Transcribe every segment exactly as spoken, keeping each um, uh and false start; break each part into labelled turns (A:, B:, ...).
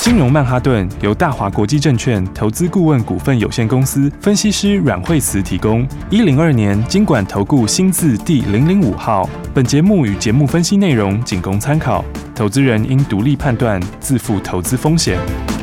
A: 金融曼哈顿由大华国际证券投资顾问股份有限公司分析师阮惠慈提供。一零二年金管投顾新字第零零五号。本节目与节目分析内容仅供参考，投资人应独立判断，自负投资风险。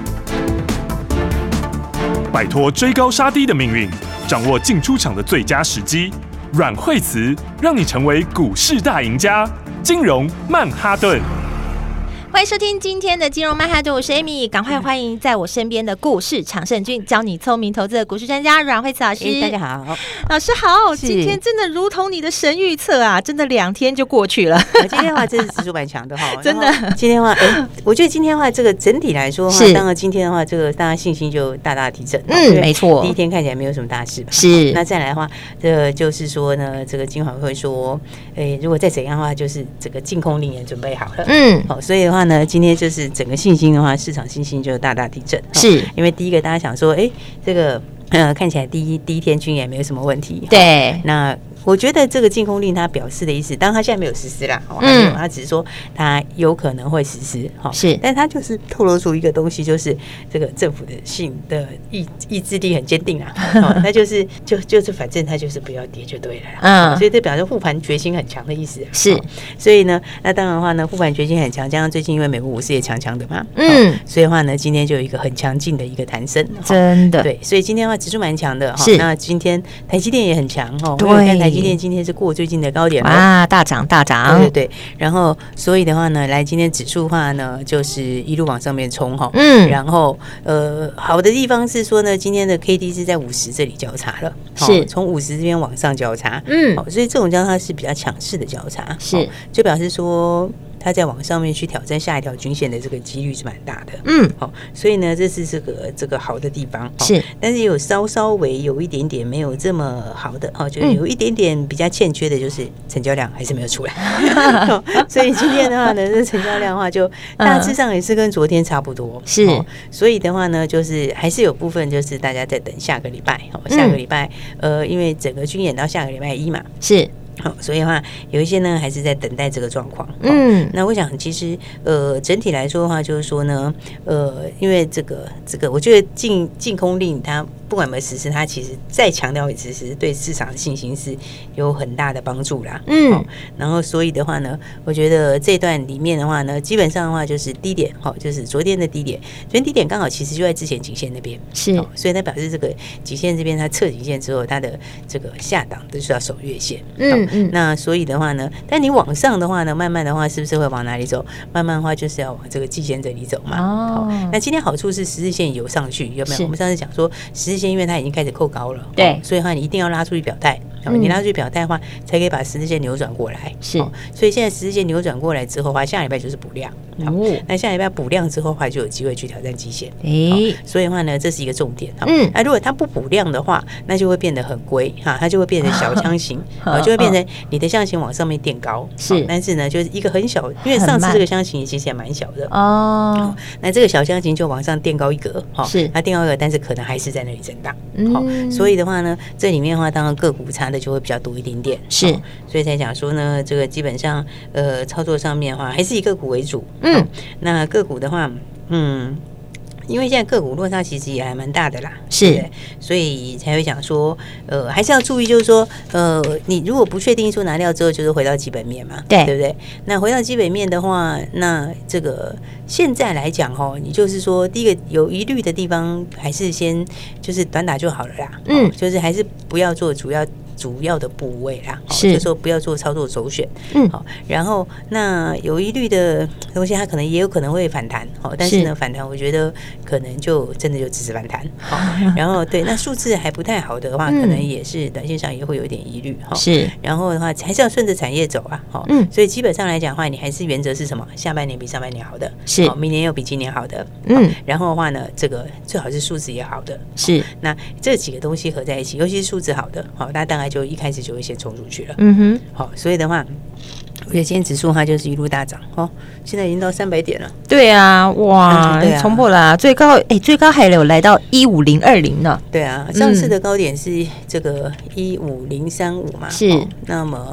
A: 摆脱追高杀低的命运，掌握进出场的最佳时机。阮惠慈让你成为股市大赢家。金融曼哈顿。
B: 欢迎收听今天的金融曼哈顿，我是 Amy， 赶快欢迎在我身边的股市常胜军，教你聪明投资的股市专家阮惠慈老师。
C: 大家好，
B: 老师好。今天真的如同你的神预测啊，真的两天就过去了。
C: 今天的话，真是指数蛮强的哈，
B: 真的。
C: 今天的话，哎，我觉得今天的话，这个整体来说的话，当然今天的话，这个大家信心就大大提振。
B: 嗯，没错。
C: 第一天看起来没有什么大事吧？
B: 是。
C: 那再来的话，这就是说呢，这个金管会说，哎，如果再怎样的话，就是这个净空令也准备好了。嗯，好，所以的话呢，今天就是。整个信心的话，市场信心就大大提振。
B: 是
C: 因为第一个大家想说，哎，这个呃看起来第一第一天军演没有什么问题。
B: 对，
C: 那我觉得这个禁空令它表示的意思，当然它现在没有实施啦，嗯，它只是说它有可能会实施，
B: 是，
C: 但它就是透露出一个东西，就是这个政府的性的意意志力很坚定啦，那就是就就是反正它就是不要跌就对了，嗯，所以这表示护盘决心很强的意思，
B: 是，
C: 所以呢，那当然的话呢，护盘决心很强，加上最近因为美国股市也强强的嘛，嗯，所以的话呢，今天就有一个很强劲的一个弹升，
B: 真的，
C: 对，所以今天的话指数蛮强的，
B: 是，
C: 那今天台积电也很强哦，
B: 对。
C: 今天今天是过最近的高点
B: 啊，大涨大涨，
C: 对对对。然后所以的话呢，来今天指数的话呢，就是一路往上面冲哈，
B: 嗯。
C: 然后呃，好的地方是说呢，今天的 K D 是在五十这里交叉了，
B: 是
C: 从五十这边往上交叉，
B: 嗯。
C: 好，所以这种交叉是比较强势的交叉，
B: 是
C: 就表示说。它在往上面去挑战下一条均线的这个几率是蛮大的，
B: 嗯，
C: 好，所以呢，这是这个这个好的地方，
B: 是，
C: 但是有稍稍微有一点点没有这么好的，哈，就是有一点点比较欠缺的，就是成交量还是没有出来，所以今天的话呢，这成交量的话就大致上也是跟昨天差不多，
B: 是，
C: 所以的话呢，就是还是有部分就是大家在等下个礼拜，下个礼拜，呃，因为整个军演到下个礼拜一嘛，
B: 是。
C: 好，所以的话，有一些呢还是在等待这个状况。
B: 嗯，
C: 那我想其实呃整体来说的话，就是说呢，呃，因为这个这个，我觉得禁禁空令它不管有没有实施，它其实再强调一次，其实对市场的信心是有很大的帮助啦。嗯、哦，然后所以的话呢，我觉得这段里面的话呢，基本上的话就是低点，好、哦，就是昨天的低点，昨天低点刚好其实就在之前颈线那边，
B: 是、
C: 哦，所以它表示这个颈线这边它测颈线之后，它的这个下档就是要守月线。嗯。嗯，那所以的话呢，但你往上的话呢，慢慢的话是不是会往哪里走？慢慢的话就是要往这个季线这里走嘛。哦，那今天好处是十日线有上去，有没有？我们上次讲说十日线，因为它已经开始扣高了，
B: 对，
C: 哦、所以的话你一定要拉出去表态。嗯、你拉出去表态的话，才可以把十日线扭转过来。
B: 是、
C: 哦，所以现在十日线扭转过来之后的话，下礼拜就是补量。哦，那下礼拜补量之后的话，就有机会去挑战季线。哎、哦，所以的话呢，这是一个重点。嗯，那如果它不补量的话，那就会变得很龟哈，它就会变成小箱型，啊，就会变成你的箱型往上面垫高。是，但是呢，就是一个很小，因为上次这个箱型其实也蛮小的哦。那这个小箱型就往上垫高一格，哈，是，它垫高一格，但是可能还是在那里震荡。嗯，所以的话呢，这里面的话，当然个股差的就会比较多一点点，是，哦、所以才讲说呢，这个基本上呃操作上面的话，还是以个股为主，嗯，哦、那个股的话，嗯。因为现在个股落差其实也还蛮大的啦，是，所以才会讲说，呃，还是要注意，就是说，呃，你如果不确定说拿掉之后，就是回到基本面嘛，对，对不对？那回到基本面的话，那这个现在来讲哦，你就是说，第一个有疑虑的地方，还是先就是短打就好了啦，嗯，就是还是不要做主要。主要的部位啦，是，就说不要做操作首选，嗯，好，然后那有疑虑的东西，它可能也有可能会反弹，好，但是呢，反弹我觉得可能就真的就只是反弹，好，然后对，那数字还不太好的话，可能也是短线上也会有一点疑虑，哈，是，然后的话还是要顺着产业走啊，好，嗯，所以基本上来讲的话，你还是原则是什么？下半年比上半年好的，是，明年又比今年好的，嗯，然后的话呢，这个最好是数字也好的，是，那这几个东西合在一起，尤其是数字好的，好，那当然。就一开始就会先冲出去了，嗯哼，好，所以的话，我觉得今天指数它就是一路大涨哦，现在已经到三百点了。
B: 对啊，哇，啊、冲破了、啊、最高，哎、欸，最高还有来到一五零二零呢。
C: 对啊，上次的高点是这个一五零三五嘛，是、哦，那么。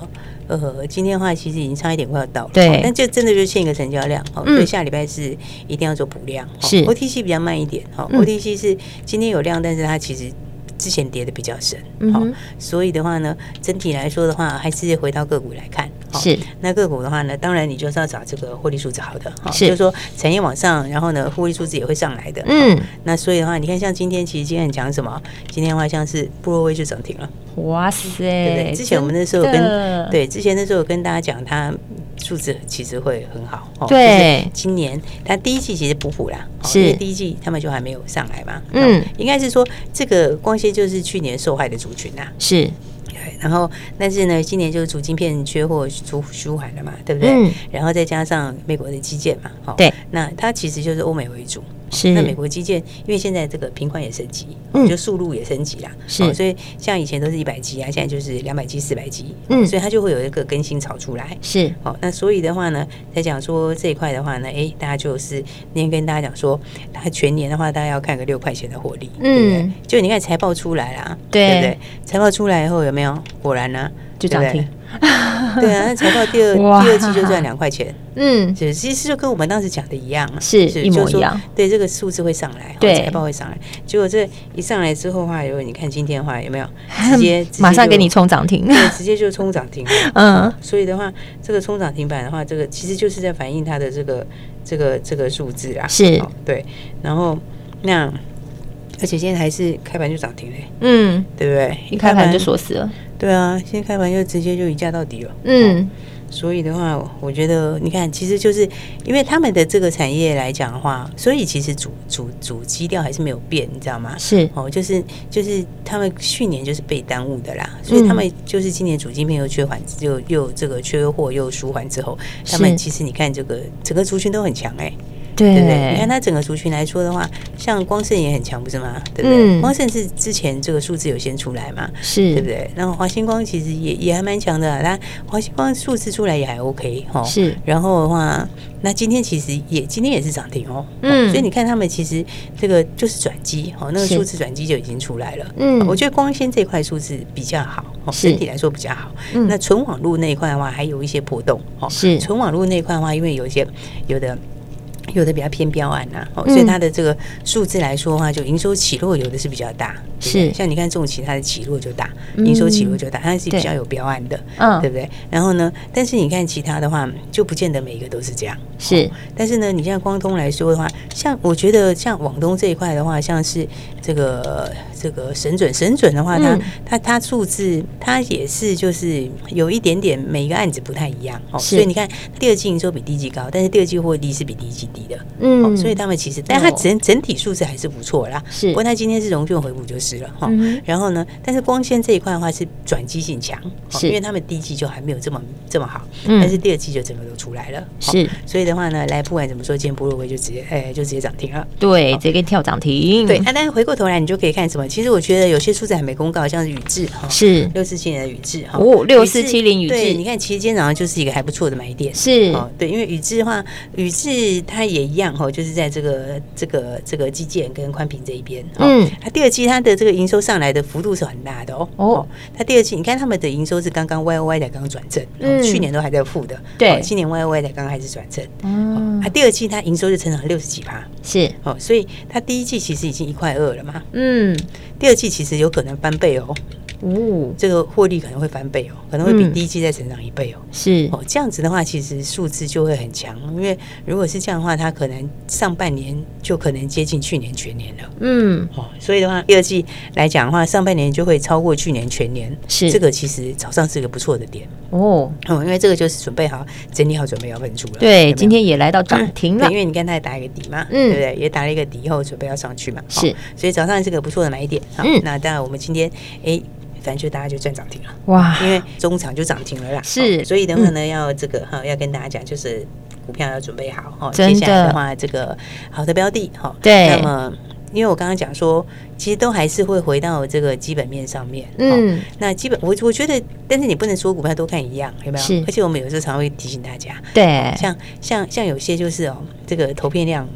C: 呃，今天的话其实已经差一点快要到了，
B: 对，
C: 但就真的就欠一个成交量，哦，所以下礼拜是一定要做补量，
B: 是
C: O T C 比较慢一点，哈 ，O T C 是今天有量，但是它其实之前跌的比较深，好、嗯，所以的话呢，整体来说的话，还是回到个股来看。
B: 是，
C: 那个股的话呢，当然你就是要找这个获利数字好的，是，就是说产业往上，然后呢，获利数字也会上来的。嗯，那所以的话，你看像今天，其实今天很强什么？今天的话像是部落威就涨停了。
B: 哇塞，
C: 对不对？之前我们那时候跟对之前那时候有跟大家讲，它数字其实会很好。哦、对，就是今年它第一季其实补补啦，是、哦、因为第一季他们就还没有上来嘛。嗯，应该是说这个光纤就是去年受害的族群啊。是。然后，但是呢，今年就是主晶片缺货舒舒缓了嘛，对不对？嗯、然后再加上美国的基建嘛，哦、对，那它其实就是欧美为主。是，那美国基建，因为现在这个频宽也升级，嗯，就速度也升级啦，是、哦，所以像以前都是一百 G 啊，现在就是两百 G、四百 G，嗯，所以它就会有一个更新潮出来，是，哦，那所以的话呢，在讲说这一块的话呢，哎，大家就是那天跟大家讲说，它全年的话，大家要看个六块钱的获利，嗯，对不对？就你看财报出来啦，对，对不对？财报出来以后有没有？果然呢、啊，
B: 就涨停。
C: 对啊，那财报第二第二季就赚两块钱，嗯，其实就跟我们当时讲的一样，
B: 是一模一样。
C: 对，这个数字会上来，对，财报会上来。结果这一上来之后的话，如果你看今天的话，有没有直接
B: 马上给你冲涨停？
C: 对，直接就冲涨停。嗯，所以的话，这个冲涨停板的话，这个其实就是在反映它的这个这个这个数字啊。是，对。然后那而且现在还是开盘就涨停嘞，嗯，对不对？
B: 一开盘就锁死了。
C: 对啊，现在开盘就直接就一价到底了。嗯，所以的话，我觉得你看，其实就是因为他们的这个产业来讲的话，所以其实主主主基调还是没有变，你知道吗？是哦，就是就是他们去年就是被耽误的啦，所以他们就是今年主晶片又缺缓，又又这个缺货又舒缓之后，他们其实你看这个整个族群都很强哎、欸。对不对？你看它整个族群来说的话，像光盛也很强，不是吗？对不对？嗯、光盛是之前这个数字有先出来嘛，是对不对？然后华星光其实也也还蛮强的、啊，它华星光数字出来也还 OK 哈、哦。是，然后的话，那今天其实也今天也是涨停哦。嗯，所以你看他们其实这个就是转机哦，那个数字转机就已经出来了。嗯，我觉得光纤这块数字比较好，哦，整体来说比较好。嗯，那纯网络那一块的话，还有一些波动哦。是，纯网络那一块的话，因为有一些有的。有的比较偏标案呐、啊，哦，所以它的这个数字来说的话，就营收起落有的是比较大，是像你看重企它的起落就大，营收起落就大，它是比较有标案的，嗯，对不对？然后呢，但是你看其他的话，就不见得每一个都是这样，是。哦、但是呢，你像光通来说的话，像我觉得像网东这一块的话，像是这个这个神准神准的话，它、嗯、它它数字它也是就是有一点点每一个案子不太一样，哦，所以你看第二季营收比第一季高，但是第二季获利是比第一季低。的，嗯、哦，所以他们其实，但它整整体数字还是不错啦。是，不过它今天是融券回补就是了哈。嗯、然后呢，但是光纤这一块的话是转机性强，是、哦，因为他们第一季就还没有这么这么好，嗯、但是第二季就整个都出来了。是、哦，所以的话呢，来不管怎么说，今天波若威就直接哎就直接涨停了。
B: 对，直接给跳涨停。
C: 对，啊，但是回过头来你就可以看什么？其实我觉得有些数字还没公告，像是宇智哈，是六四七零的宇智哈，
B: 哦，六四七零宇智，
C: 对，你看其实今天早上就是一个还不错的买点。是，哦，对，因为宇智的话，宇智它也一样哈，就是在这个这个这个基建跟宽频这一边，嗯，它第二季它的这个营收上来的幅度是很大的哦。哦，它第二季你看他们的营收是刚刚 Y O Y 才刚刚转正，嗯，去年都还在负的，对，哦，今年 Y O Y 才刚刚开始转正，嗯，它第二季它营收就成长六十几趴，是哦，所以它第一季其实已经一块二了嘛，嗯，第二季其实有可能翻倍哦。哦，这个获利可能会翻倍哦，可能会比第一季再成长一倍哦。是哦，这样子的话，其实数字就会很强，因为如果是这样的话，它可能上半年就可能接近去年全年了。嗯，哦，所以的话，第二季来讲的话，上半年就会超过去年全年。是这个其实早上是一个不错的点哦。哦，因为这个就是准备好整理好，准备要喷出了。
B: 对，有有今天也来到涨停了，
C: 嗯，因为你看它也打一个底嘛，嗯，对不对？也打了一个底以后，准备要上去嘛。是，哦，所以早上是个不错的买点。嗯，那当然我们今天哎。反正就大家就赚涨停了哇！因为中场就涨停了啦，是，所以的话呢，要这个哈，要跟大家讲，就是股票要准备好哈。接下来的话，这个好的标的哈，对，那么因为我刚刚讲说，其实都还是会回到这个基本面上面，嗯，那基本我我觉得，但是你不能说股票都看一样，有没有？是，而且我们有时候常会提醒大家，对，像像像有些就是哦，这个投片量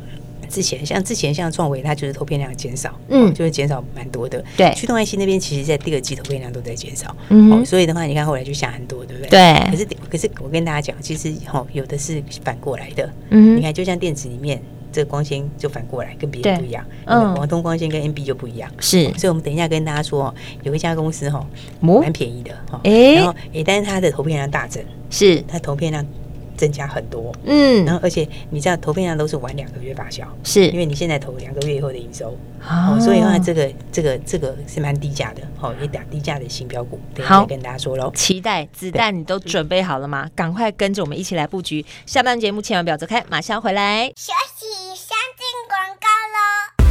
C: 之前像之前像创维，它就是投片量减少，嗯、哦，就会减少蛮多的。
B: 对，
C: 驱动 I C 那边其实在第二季投片量都在减少，嗯、哦，所以的话，你看后来就下很多，对不对？
B: 对。
C: 可是可是我跟大家讲，其实哦，有的是反过来的。嗯，你看，就像电子里面。这个光纤就反过来跟别人不一样，嗯，网通光纤跟 N B 就不一样，是，所以我们等一下跟大家说，有一家公司哈，蛮便宜的哈，哎，然后哎，但是它的投片量大增，是，它投片量增加很多，嗯，然后而且你知道投片量都是晚两个月发酵，是因为你现在投两个月以后的营收，哦，所以的话这个这个这个是蛮低价的，哦，也打低价的新标股，等一下跟大家说喽。
B: 期待子弹你都准备好了吗？赶快跟着我们一起来布局，下半节目千万不要走开，马上回来。
D: 休息，先进广告喽。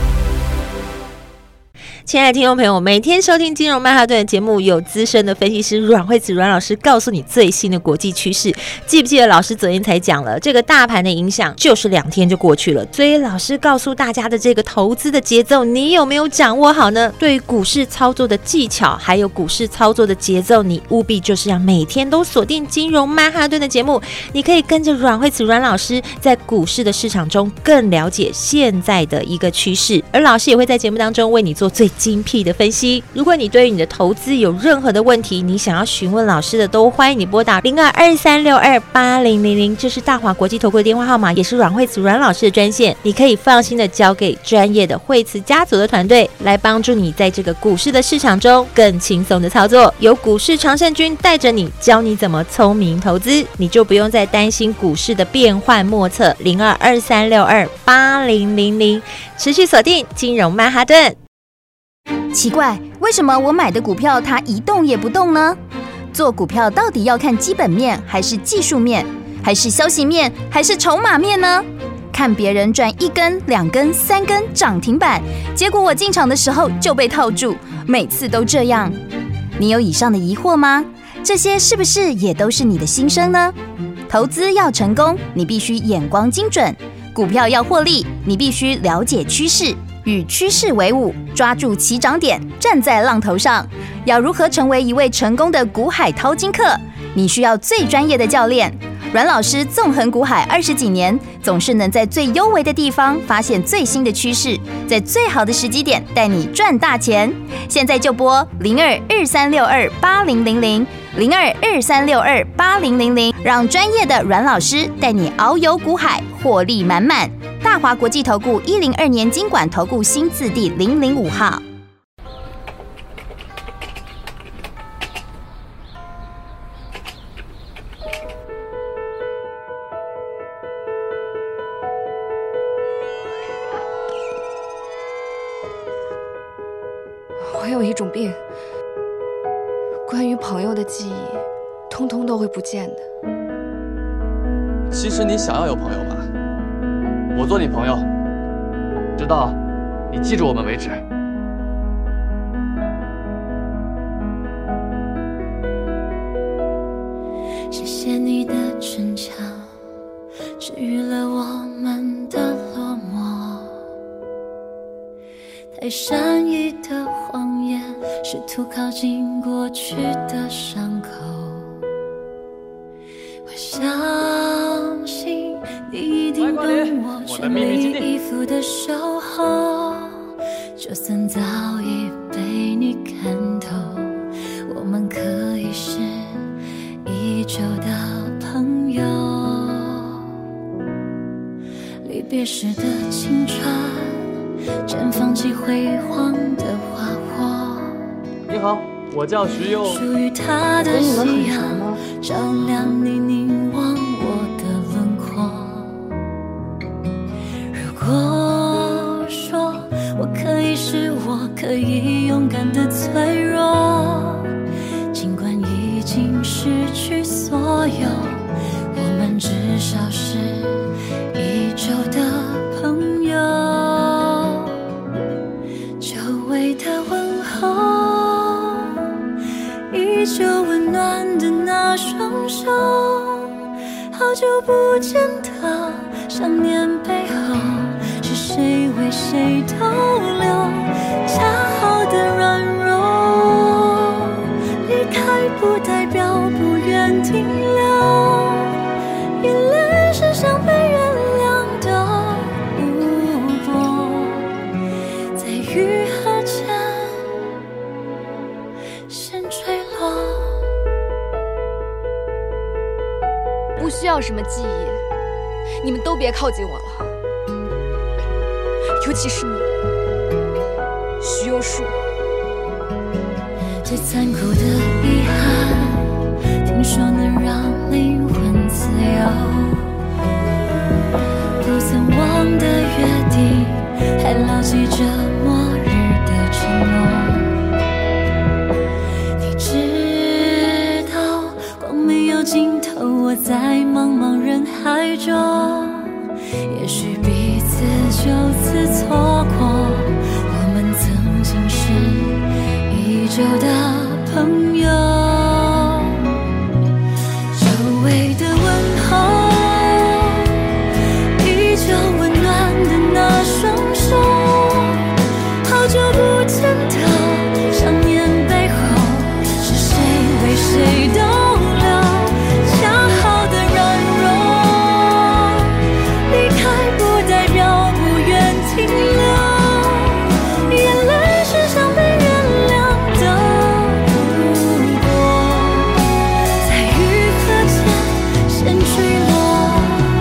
B: 亲爱的听众朋友，每天收听金融曼哈顿的节目，有资深的分析师阮慧慈阮老师告诉你最新的国际趋势。记不记得老师昨天才讲了，这个大盘的影响就是两天就过去了，所以老师告诉大家的这个投资的节奏，你有没有掌握好呢？对于股市操作的技巧，还有股市操作的节奏，你务必就是要每天都锁定金融曼哈顿的节目，你可以跟着阮慧慈阮老师在股市的市场中更了解现在的一个趋势，而老师也会在节目当中为你做最精辟的分析。如果你对于你的投资有任何的问题，你想要询问老师的，都欢迎你拨打零二二三六二八零零零，这是大华国际投顾的电话号码，也是阮慧慈阮老师的专线。你可以放心的交给专业的慧慈家族的团队，来帮助你在这个股市的市场中更轻松的操作。有股市常胜军带着你，教你怎么聪明投资，你就不用再担心股市的变幻莫测。零二二三六二八零零零，持续锁定金融曼哈顿。
E: 奇怪，为什么我买的股票它一动也不动呢？做股票到底要看基本面，还是技术面，还是消息面，还是筹码面呢？看别人赚一根、两根、三根涨停板，结果我进场的时候就被套住，每次都这样。你有以上的疑惑吗？这些是不是也都是你的心声呢？投资要成功，你必须眼光精准；股票要获利，你必须了解趋势。与趋势为伍，抓住起涨点，站在浪头上。要如何成为一位成功的股海淘金客？你需要最专业的教练。阮老师纵横股海二十几年，总是能在最优微的地方发现最新的趋势，在最好的时机点带你赚大钱。现在就拨零二二三六二八零零零零二二三六二八零零零，让专业的阮老师带你遨游股海，获利满满。大华国际投顾一零二年金管投顾新字第零零五号。
F: 我有一种病，关于朋友的记忆，通通都会不见的。
G: 其实你想要有朋友吧？我做你朋友，直到你记住我们为止。
H: 谢谢你的逞强，治愈了我们的落寞。太善意的谎言，试图靠近过去的伤口。我相信你一定懂我全力以赴的守候，就算早已被你看透，我们可以是依旧的朋友。离别时的青春，绽放起辉煌的花火。
G: 你好，我叫徐佑。
H: 属于他的夕阳，照亮你凝望我的轮廓。如果说我可以是我，可以勇敢的脆弱，尽管已经失去所有，我们至少是依旧的朋友。久违的问候，依旧温暖的那双手，好久不见的想念背后，是谁为谁逗留？恰好的软弱，离开不代表不愿停留，眼泪是想被原谅的。
F: 什么记忆，你们都别靠近我了，尤其是你，徐有树。
H: 最残酷的遗憾，听说能让灵魂自由，不曾忘的约定，还牢记着末日的承诺。你知道光没有尽头，我在茫茫人海中，也许彼此就此错过，我们曾经是已久的朋友。久违的问候，依旧温暖的那双手，好久不见的想念背后，是谁为谁逗留？恰好的软弱，离开不代表不愿停留，眼泪是想被原谅的不过，在愈合前先坠落。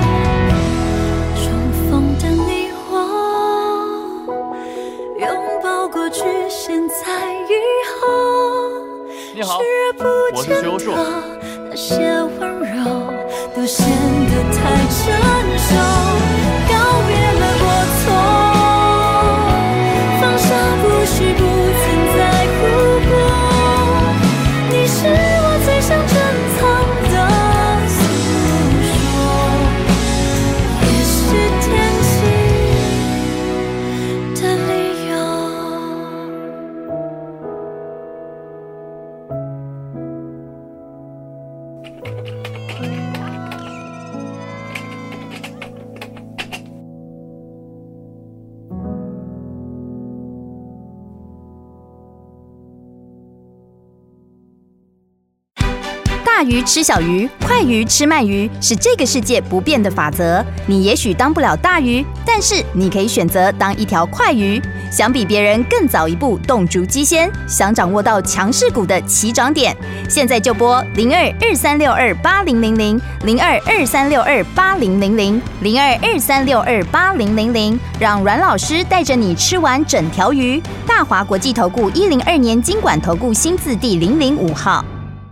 H: 重逢的你我，拥抱过去现在以后，
G: 你好，
H: 视而不
G: 我是
H: 见
G: 徐有树。
H: 的那些温柔，都显得太成熟。告别了过错，放下不是不曾在乎过，你是我最想珍藏的诉说，也是天气的理由。
E: 大鱼吃小鱼，快鱼吃慢鱼，是这个世界不变的法则。你也许当不了大鱼，但是你可以选择当一条快鱼。想比别人更早一步动足机先，想掌握到强势股的起涨点，现在就拨零二二三六二八零零零零二二三六二八零零零零二二三六二八零零零，让阮老师带着你吃完整条鱼。大华国际投顾一零二年金管投顾新字第零零五号。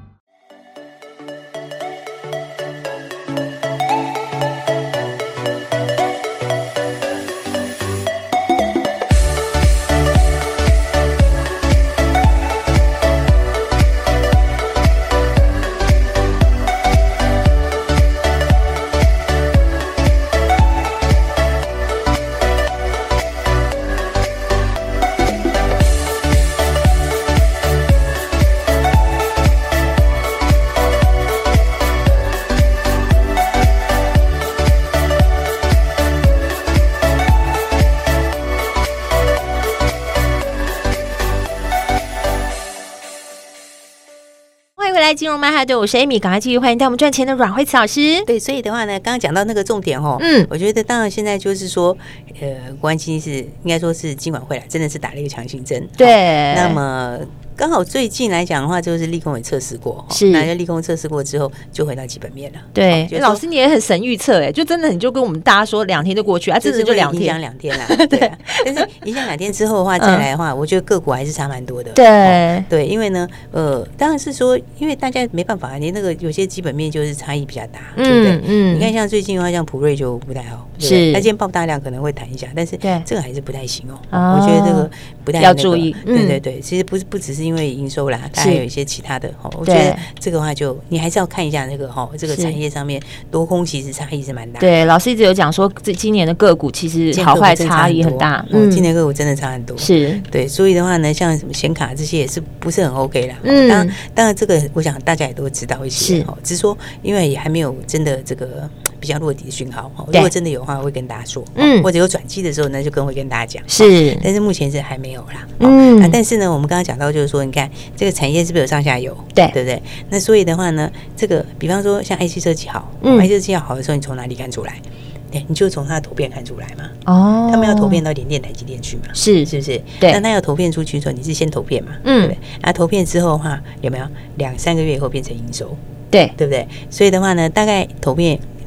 B: 金融曼哈顿，我是 Amy， 赶快继续欢迎带我们赚钱的阮慧慈老师。
C: 对，所以的话呢，刚刚讲到那个重点哦，
B: 嗯，
C: 我觉得当然现在就是说，呃，关系是应该说是金管会啦，真的是打了一个强心针。
B: 对，
C: 那么刚好最近来讲的话，就是利空也测试过，
B: 是，
C: 那就利空测试过之后，就回到基本面了。
B: 对，欸、老师你也很神预测哎，就真的你就跟我们大家说两天就过去啊，真的就两天，
C: 影响两天啦。对啊，但是影响两天之后的话，再来的话，我觉得个股还是差蛮多的。
B: 对、
C: 哦、对，因为呢，呃，当然是说，因为大家没办法，你那个有些基本面就是差异比较大，嗯、对不对？嗯，你看像最近的话，像普瑞就不太好，是，它今天爆大量可能会弹一下，但是这个还是不太行哦。哦我觉得这个不太、那个、
B: 要注意。嗯、
C: 对对对，其实不是不只是因为营收啦。它还有一些其他的哈，我觉得这个话就你还是要看一下那个哈，这个产业上面多空其实差异是蛮大的。
B: 对，老师一直有讲说，这今年的个股其实好坏差异很大，
C: 嗯，今年个股真的差很多。
B: 是，
C: 对，所以的话呢，像什么显卡这些也是不是很 OK 啦。嗯，当然，当然这个我想大家也都知道一些，哦，只是说因为也还没有真的这个比较落地的讯号，如果真的有的话，会跟大家说，嗯，或者有转机的时候呢，就更会跟大家讲。
B: 是，
C: 但是目前是还没有啦。嗯，但是呢，我们刚刚讲到就是说，你看这个产业是不是有上下游？
B: 对，
C: 对不对？那所以的话呢，这个比方说像 I C 设计好，嗯 ，I C 设计好的时候，你从哪里看出来？对，你就从它的投片看出来嘛。哦，他们要投片到联电、台积电去嘛？是，是不是？对。那他要投片出去的时候，你是先投片嘛？嗯，对不对？那投片之后的话，有没有两三个月以后变成营收？
B: 对，
C: 对不对？所以的话呢，大概投片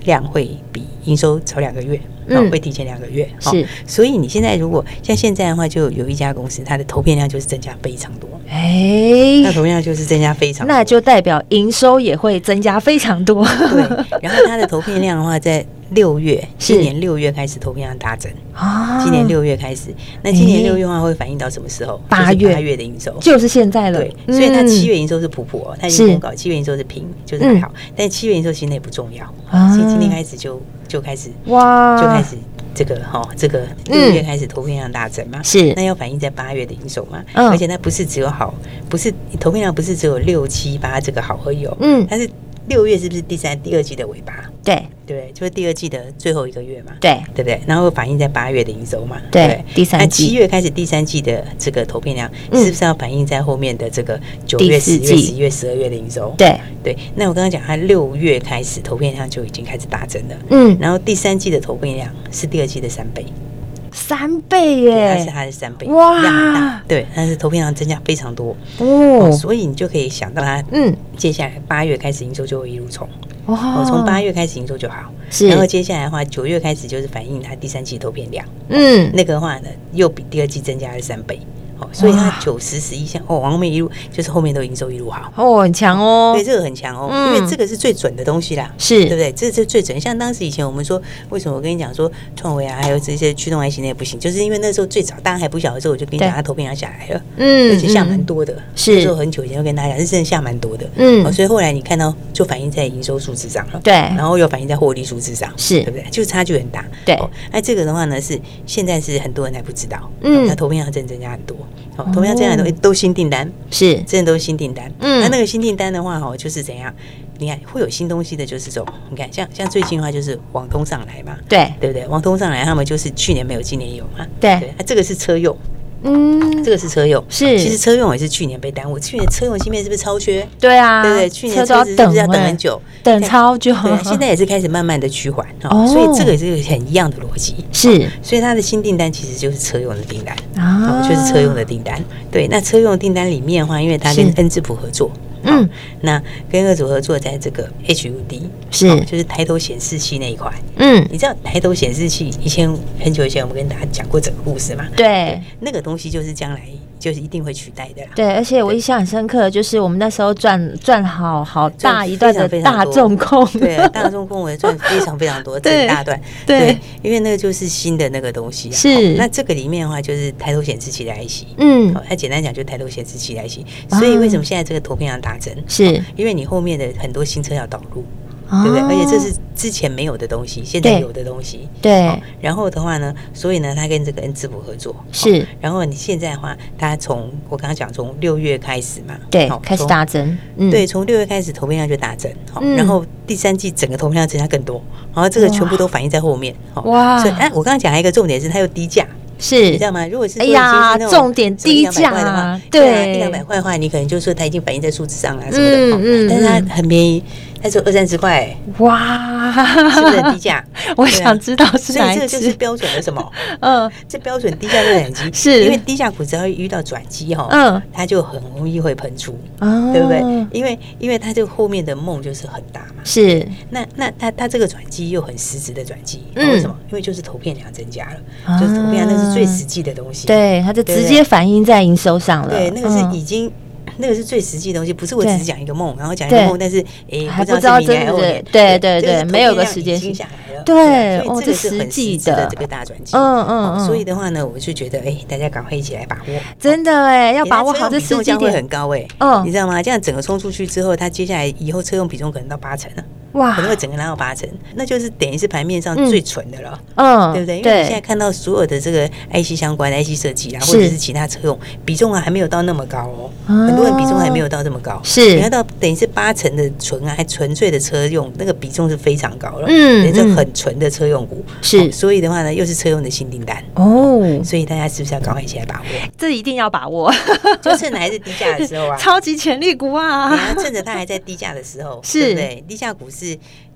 C: 量会比营收早两个月，嗯，会提前两个月，
B: 是。
C: 所以你现在如果像现在的话，就有一家公司，它的投片量就是增加非常多，
B: 哎，
C: 那投片量就是增加非常多，
B: 那就代表营收也会增加非常多。
C: 对，然后它的投片量的话，在六月，今年六月开始投片量大增啊！今年六月开始，那今年六月的话会反映到什么时候？
B: 八月，
C: 八月的营收
B: 就是现在了。
C: 对，所以它七月营收是普普哦，它已经公告七月营收是平，就是还好。但七月营收其实那也不重要，所以今天开始就就开始哇，就开始。这个哈、哦，这个六月开始投片量大增嘛，是、嗯、那要反映在八月的营收嘛，嗯、而且它不是只有好，不是投片量不是只有六七八这个好而已哦，嗯，它是六月是不是第三第二季的尾巴？
B: 对
C: 对，就是第二季的最后一个月嘛，
B: 对
C: 对不对？然后反映在八月的营收嘛，
B: 对，对第三季。
C: 那七月开始第三季的这个投片量，是不是要反映在后面的这个九月、十月、十一月、十二月的营收？
B: 对
C: 对。那我刚刚讲，它六月开始投片量就已经开始大增了，嗯，然后第三季的投片量是第二季的三倍。
B: 三倍耶，
C: 它是它的三倍，哇，量很大，对，但是投片量增加非常多哦，所以你就可以想到它，嗯，接下来八月开始营收就会一路冲，哦，从八月开始营收就好，是，然后接下来的话，九月开始就是反映它第三季投片量，嗯，那个的话呢，又比第二季增加了三倍。所以它九十十一项哦，往后面一路就是后面都营收一路好
B: 哦，很强哦，
C: 对，这个很强哦，嗯、因为这个是最准的东西啦，是对不对？这是最准。像当时以前我们说，为什么我跟你讲说创维啊，还有这些驱动 I C 那也不行，就是因为那时候最早大家还不晓得的时候，我就跟你讲，它投片量下来了，嗯，而且下蛮多的，是那时候很久以前就跟大家讲，是真的下蛮多的，嗯、哦，所以后来你看到就反映在营收数字上了，对，然后又反映在获利数字上，是对不对？就差距很大，对。哦、那这个的话呢，是现在是很多人还不知道，嗯，那投片量真的增加很多。哦，投片量这样都都新订单，是真的都是新订单。嗯，那那个新订单的话，哦，就是怎样？你看会有新东西的，就是这种，你看像像最近的话，就是网通上来嘛，对对不对？网通上来，他们就是去年没有，今年有嘛，对对。那这个是车用。嗯，这个是车用，是其实车用也是去年被耽误。去年车用芯片是不是超缺？对啊，对不对？去年车子是不是要等很久，等超久？对，现在也是开始慢慢的趋缓哦，所以这个是很一样的逻辑。是，所以它的新订单其实就是车用的订单啊，就是车用的订单。对，那车用订单里面的话，因为它跟恩智浦合作。嗯，那跟二组合作在这个 H U D 是、哦、就是抬头显示器那一块。嗯，你知道抬头显示器以前很久以前我们跟大家讲过整个故事嘛？对，对那个东西就是将来就是一定会取代的啦。对，而且我印象很深刻，就是我们那时候赚赚好好大一段的大众控，对，大众控我也赚非常非常多，这一大段。对，对因为那个就是新的那个东西、啊。是、哦，那这个里面的话就是抬头显示器的 I C。嗯，它、哦、简单讲就抬头显示器的 I C。所以为什么现在这个投片量大增？是、哦、因为你后面的很多新车要导入。对不对？而且这是之前没有的东西，现在有的东西。对。哦、然后的话呢，所以呢，他跟这个恩智浦合作。是、哦。然后你现在的话，他从我刚刚讲，从六月开始嘛，对，哦、开始大增。嗯、对，从六月开始投片量就大增。好、哦，嗯、然后第三季整个投片量增加更多，然后这个全部都反映在后面。哇！所以，哎、啊，我刚刚讲还有一个重点是，它又低价。是，你知道吗？如果是说已经是那种重点低价的话，对，一两百块的话，你可能就说它已经反映在数字上了什么的，嗯嗯，但是它很便宜，它只有二三十块，哇，是不是很低价？我想知道是哪一支，所以这个就是标准的什么？嗯，这标准低价热感机，是因为低价股只要遇到转机哈，嗯，它就很容易会喷出，对不对？因为因为它这个后面的梦就是很大嘛，是，那那它它这个转机又很实质的转机，为什么？因为就是投片量增加了，就是投片量那是最实际的东西，对，它就直接反映在营收上了。对，那个是已经，嗯、那个是最实际的东西，不是我只是讲一个梦，然后讲一个梦，但是诶，还不知道真的，对对对，没有个时间性下来了。对，哦，这是很实际的这个大转机。嗯嗯嗯。所以的话呢，我就觉得，哎，大家赶快一起来把握。真的哎，要把握好这时机点会很高哎。嗯，你知道吗？这样整个冲出去之后，它接下来以后车用比重可能到八成了。哇，可能会整个拿到八成，那就是等于是盘面上最纯的了，嗯，对不对？因为你现在看到所有的这个 I C 相关的 I C 设计啊，或者是其他车用比重啊，还没有到那么高哦，很多人比重还没有到这么高，是你看到等于是八成的纯啊，还纯粹的车用，那个比重是非常高了，嗯，这很纯的车用股是，所以的话呢，又是车用的新订单哦，所以大家是不是要赶快一起来把握？这一定要把握，就趁还是低价的时候啊，超级潜力股啊，你要趁着它还在低价的时候，是对不对？低价股是。是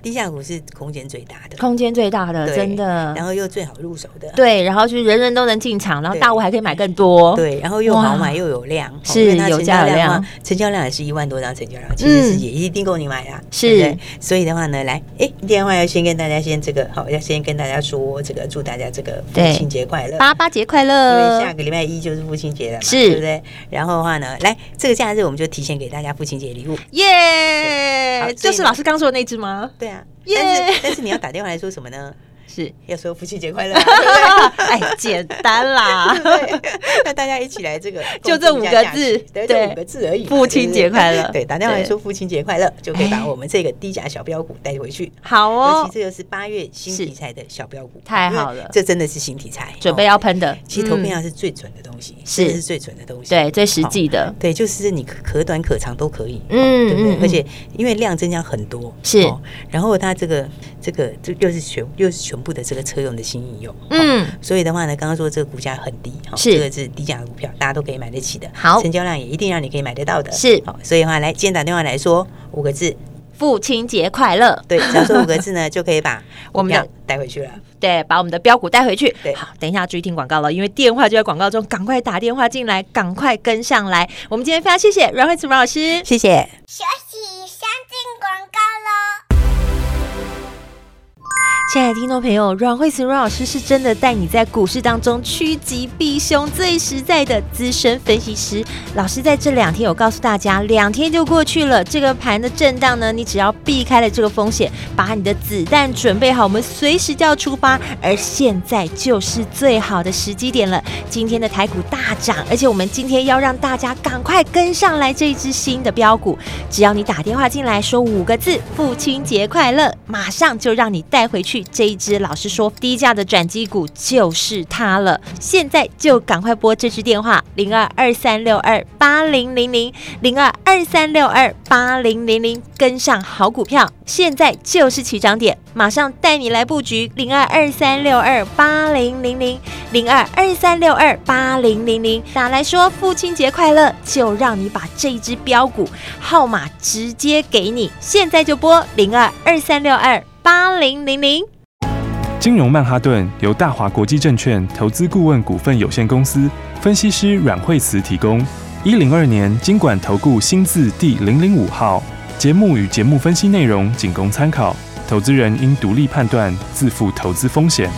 C: 低价股是空间最大的，
B: 空间最大的，真的，
C: 然后又最好入手的，
B: 对，然后就是人人都能进场，然后大户还可以买更多，
C: 对，然后又好买又有量，
B: 是有价有量，
C: 成交量也是一万多张成交量，其实是也一定够你买啦，
B: 是，
C: 所以的话呢，来，哎，电话要先跟大家先这个好，要先跟大家说这个，祝大家这个父亲节快乐，
B: 八八节快乐，
C: 因为下个礼拜一就是父亲节了嘛，
B: 是，
C: 对不对？然后的话呢，来这个假日我们就提前给大家父亲节礼物，
B: 耶，就是老师刚说的那只吗？
C: 对啊，但是但是你要打电话来说什么呢？
B: 是
C: 要说父亲节快乐，对不对？
B: 哎，简单啦，
C: 对，那大家一起来这个，
B: 就这五个字，
C: 对，这五个字而已。
B: 父亲节快乐，
C: 对，打电话来说父亲节快乐，就可以把我们这个低价小标股带回去。
B: 好哦，
C: 尤其这个是八月新题材的小标股，
B: 太好了，
C: 这真的是新题材，
B: 准备要喷的。
C: 其实投片量是最准的东西，是是最准的东西，
B: 对，最实际的，
C: 对，就是你可短可长都可以，嗯，对不对？而且因为量增加很多，
B: 是，
C: 然后它这个这个这又是全又是全部的这个车用的新应用，嗯，所以的话呢，刚刚说这个股价很低，是这个是低价的股票，大家都可以买得起的，
B: 好，
C: 成交量也一定让你可以买得到的，
B: 是，
C: 好，所以的话来，今天打电话来说五个字，
B: 父亲节快乐，
C: 对，只要说五个字呢，就可以把
B: 我们的
C: 带回去了，
B: 对，把我们的标股带回去。
C: 对，
B: 好，等一下注意听广告了，因为电话就在广告中，赶快打电话进来，赶快跟上来。我们今天非常谢谢阮慧慈阮老师，
C: 谢谢。
D: 休息，先进广告喽。
B: 亲爱的听众朋友，阮慧慈阮老师是真的带你在股市当中趋吉避凶、最实在的资深分析师。老师在这两天有告诉大家，两天就过去了，这个盘的震荡呢，你只要避开了这个风险，把你的子弹准备好，我们随时就要出发。而现在就是最好的时机点了。今天的台股大涨，而且我们今天要让大家赶快跟上来这一支新的标股。只要你打电话进来说五个字“父亲节快乐”，马上就让你带回去。这一支老师说低价的转机股就是它了，现在就赶快拨这支电话零二二三六二八零零零零二二三六二八零零零，跟上好股票，现在就是起涨点，马上带你来布局零二二三六二八零零零零二二三六二八零零零，打来说父亲节快乐，就让你把这一支标股号码直接给你，现在就拨零二二三六二八零零零。
A: 金融曼哈顿由大华国际证券投资顾问股份有限公司分析师阮慧慈提供。一零二年金管投顾新字第零零五号。节目与节目分析内容仅供参考，投资人应独立判断，自负投资风险。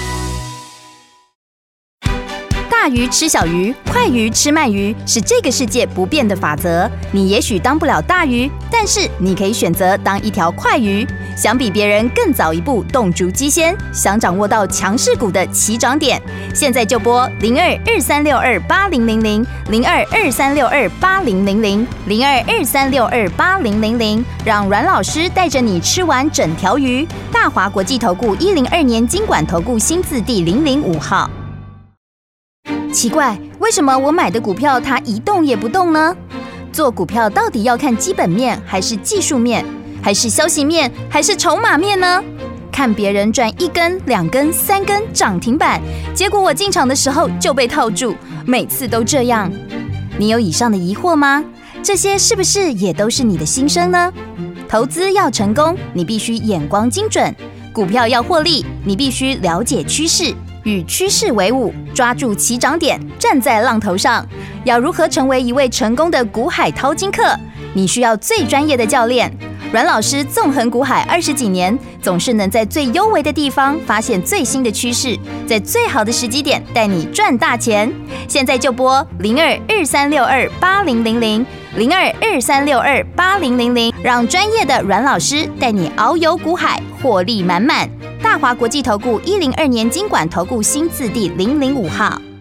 E: 大鱼吃小鱼，快鱼吃慢鱼，是这个世界不变的法则。你也许当不了大鱼，但是你可以选择当一条快鱼。想比别人更早一步动足机先，想掌握到强势股的起涨点，现在就拨零二二三六二八零零零零二二三六二八零零零零二二三六二八零零零，让阮老师带着你吃完整条鱼。大华国际投顾一零二年金管投顾新字第零零五号。奇怪，为什么我买的股票它一动也不动呢？做股票到底要看基本面，还是技术面，还是消息面，还是筹码面呢？看别人赚一根、两根、三根涨停板，结果我进场的时候就被套住，每次都这样。你有以上的疑惑吗？这些是不是也都是你的心声呢？投资要成功，你必须眼光精准；股票要获利，你必须了解趋势。与趋势为伍，抓住起涨点，站在浪头上。要如何成为一位成功的股海淘金客？你需要最专业的教练。阮老师纵横股海二十几年，总是能在最优微的地方发现最新的趋势，在最好的时机点带你赚大钱。现在就拨零二二三六二八零零零零二二三六二八零零零，让专业的阮老师带你遨游股海，获利满满。大华国际投顾一零二年金管投顾新字第零零五号。